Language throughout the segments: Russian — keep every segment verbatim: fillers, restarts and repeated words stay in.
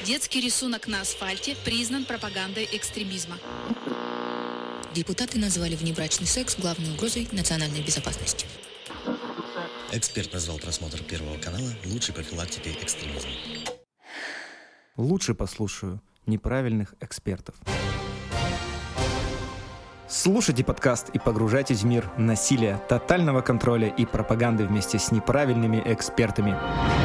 Детский рисунок на асфальте признан пропагандой экстремизма. Депутаты назвали внебрачный секс главной угрозой национальной безопасности. Эксперт назвал просмотр Первого канала лучшей профилактикой экстремизма. Лучше послушаю неправильных экспертов. Слушайте подкаст и погружайтесь в мир насилия, тотального контроля и пропаганды вместе с неправильными экспертами.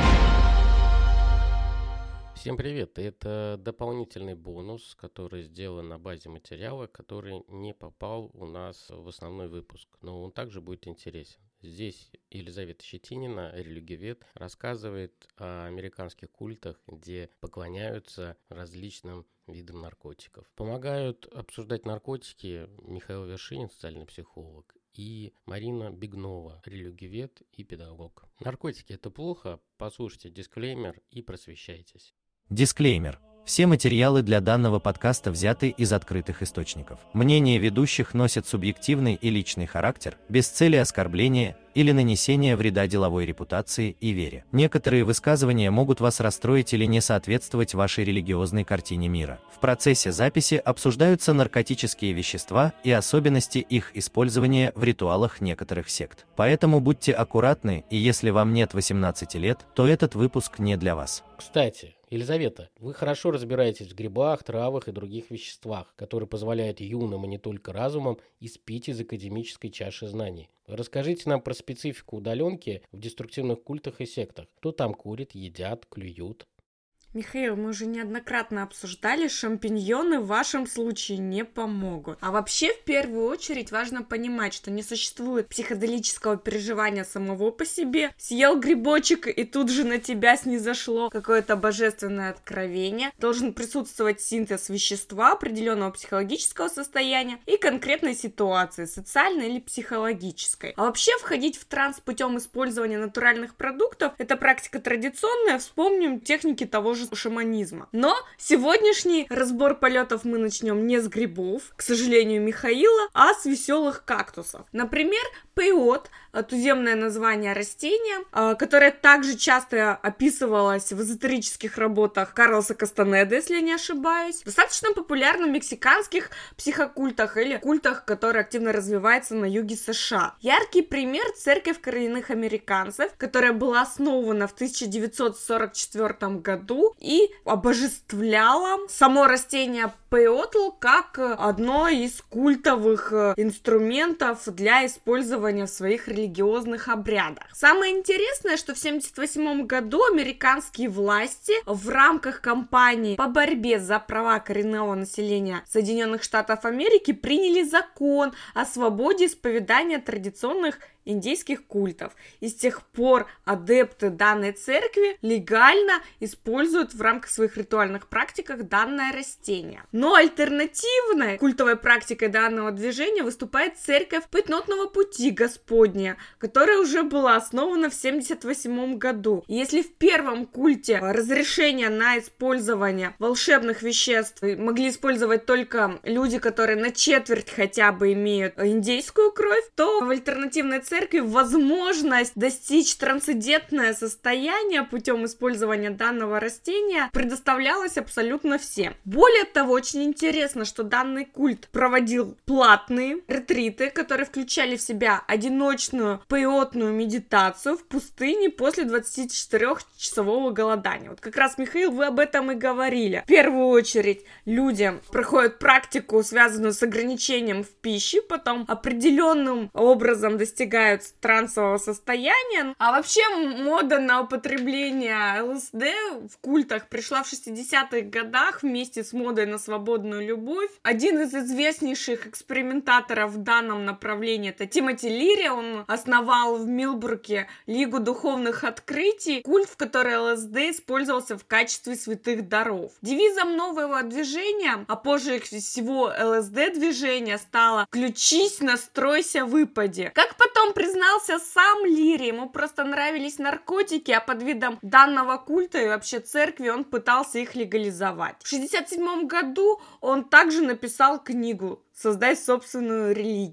Всем привет! Это дополнительный бонус, который сделан на базе материала, который не попал у нас в основной выпуск, но он также будет интересен. Здесь Елизавета Щетинина, религиовед, рассказывает о американских культах, где поклоняются различным видам наркотиков. Помогают обсуждать наркотики Михаил Вершинин, социальный психолог, и Марина Бегнова, религиовед и педагог. Наркотики – это плохо? Послушайте дисклеймер и просвещайтесь. Дисклеймер. Все материалы для данного подкаста взяты из открытых источников. Мнения ведущих носят субъективный и личный характер, без цели оскорбления или нанесения вреда деловой репутации и вере. Некоторые высказывания могут вас расстроить или не соответствовать вашей религиозной картине мира. В процессе записи обсуждаются наркотические вещества и особенности их использования в ритуалах некоторых сект. Поэтому будьте аккуратны, и если вам нет восемнадцати лет, то этот выпуск не для вас. Кстати, Елизавета, вы хорошо разбираетесь в грибах, травах и других веществах, которые позволяют юным и не только разумом испить из академической чаши знаний. Расскажите нам про специфику удаленки в деструктивных культах и сектах. Кто там курит, едят, клюют? Михаил, мы уже неоднократно обсуждали, шампиньоны в вашем случае не помогут. А вообще, в первую очередь, важно понимать, что не существует психоделического переживания самого по себе. Съел грибочек, и тут же на тебя снизошло какое-то божественное откровение. Должен присутствовать синтез вещества, определенного психологического состояния и конкретной ситуации, социальной или психологической. А вообще, входить в транс путем использования натуральных продуктов – это практика традиционная. Вспомним техники того же шаманизма. Но сегодняшний разбор полетов мы начнем не с грибов, к сожалению, Михаила, а с веселых кактусов. Например, пейот, туземное название растения, которое также часто описывалось в эзотерических работах Карлоса Кастанеды, если я не ошибаюсь, достаточно популярно в мексиканских психокультах или культах, которые активно развиваются на юге США. Яркий пример — церковь коренных американцев, которая была основана в тысяча девятьсот сорок четвёртом году и обожествляла само растение пейотл как одно из культовых инструментов для использования в своих религиозных обрядах. Самое интересное, что в семьдесят восьмом году американские власти в рамках кампании по борьбе за права коренного населения Соединенных Штатов Америки приняли закон о свободе исповедания традиционных индейских культов. И с тех пор адепты данной церкви легально используют в рамках своих ритуальных практик данное растение. Но альтернативной культовой практикой данного движения выступает церковь Пятнотного пути Господня, которая уже была основана в семьдесят восьмом году. И если в первом культе разрешение на использование волшебных веществ могли использовать только люди, которые на четверть хотя бы имеют индейскую кровь, то в альтернативной церкви церкви возможность достичь трансцендентное состояние путем использования данного растения предоставлялась абсолютно всем. Более того, очень интересно, что данный культ проводил платные ретриты, которые включали в себя одиночную пейотную медитацию в пустыне после двадцатичетырёхчасового голодания. Вот как раз, Михаил, вы об этом и говорили. В первую очередь люди проходят практику, связанную с ограничением в пище, потом определенным образом достигают трансового состояния. А вообще мода на употребление ЛСД в культах пришла в шестидесятых годах вместе с модой на свободную любовь. Один из известнейших экспериментаторов в данном направлении — это Тимоти Лири. Он основал в Милбруке Лигу духовных открытий, культ, в который ЛСД использовался в качестве святых даров. Девизом нового движения, а позже всего ЛСД движения, стало «Включись, настройся, выпади». Как потом признался сам Лири, ему просто нравились наркотики, а под видом данного культа и вообще церкви он пытался их легализовать. В шестьдесят седьмом году он также написал книгу «Создай собственную религию».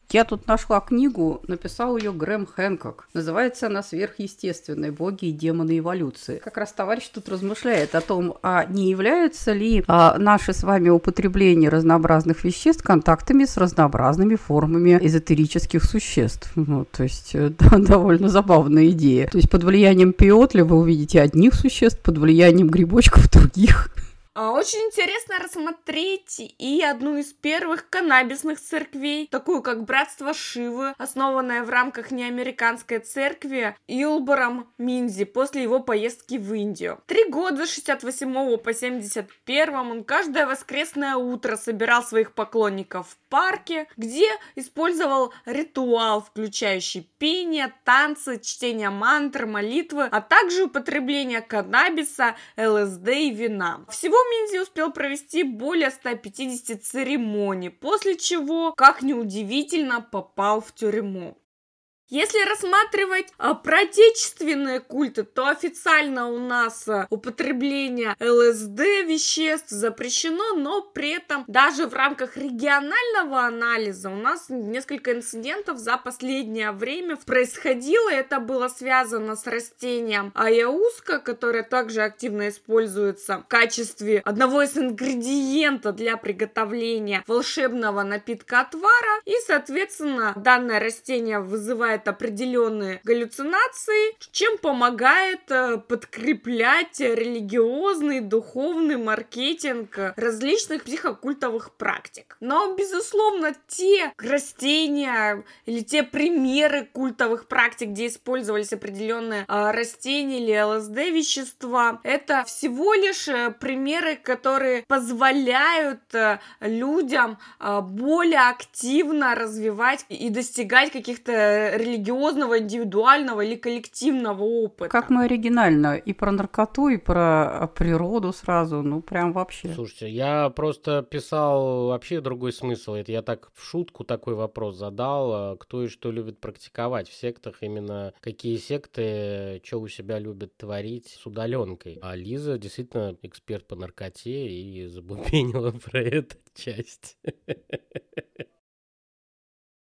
Я тут нашла книгу, написал ее Грэм Хэнкок. Называется она «Сверхъестественные боги и демоны эволюции». Как раз товарищ тут размышляет о том, а не являются ли а, наши с вами употребление разнообразных веществ контактами с разнообразными формами эзотерических существ. Ну, то есть да, довольно забавная идея. То есть под влиянием пиотля вы увидите одних существ, под влиянием грибочков других. Очень интересно рассмотреть и одну из первых каннабисных церквей, такую как Братство Шивы, основанное в рамках неамериканской церкви Илбором Минзи после его поездки в Индию. Три года с шестьдесят восьмого по семьдесят первый он каждое воскресное утро собирал своих поклонников в парке, где использовал ритуал, включающий пение, танцы, чтение мантр, молитвы, а также употребление каннабиса, ЛСД и вина. Всего Минзи успел провести более ста пятидесяти церемоний, после чего, как ни удивительно, попал в тюрьму. Если рассматривать а, проотечественные культы, то официально у нас а, употребление ЛСД веществ запрещено, но при этом даже в рамках регионального анализа у нас несколько инцидентов за последнее время происходило. Это было связано с растением аяуска, которое также активно используется в качестве одного из ингредиентов для приготовления волшебного напитка отвара. И, соответственно, данное растение вызывает определенные галлюцинации, чем помогает э, подкреплять религиозный, духовный маркетинг различных психокультовых практик. Но, безусловно, те растения или те примеры культовых практик, где использовались определенные э, растения или ЛСД вещества, это всего лишь э, примеры, которые позволяют э, людям э, более активно развивать и достигать каких-то религиозного, индивидуального или коллективного опыта. Как мы оригинально. И про наркоту, и про природу сразу. Ну, прям вообще. Слушайте, я просто писал вообще другой смысл. Это я так в шутку такой вопрос задал. Кто и что любит практиковать в сектах? Именно какие секты, что у себя любят творить с удаленкой. А Лиза действительно эксперт по наркоте и забубенила про эту часть.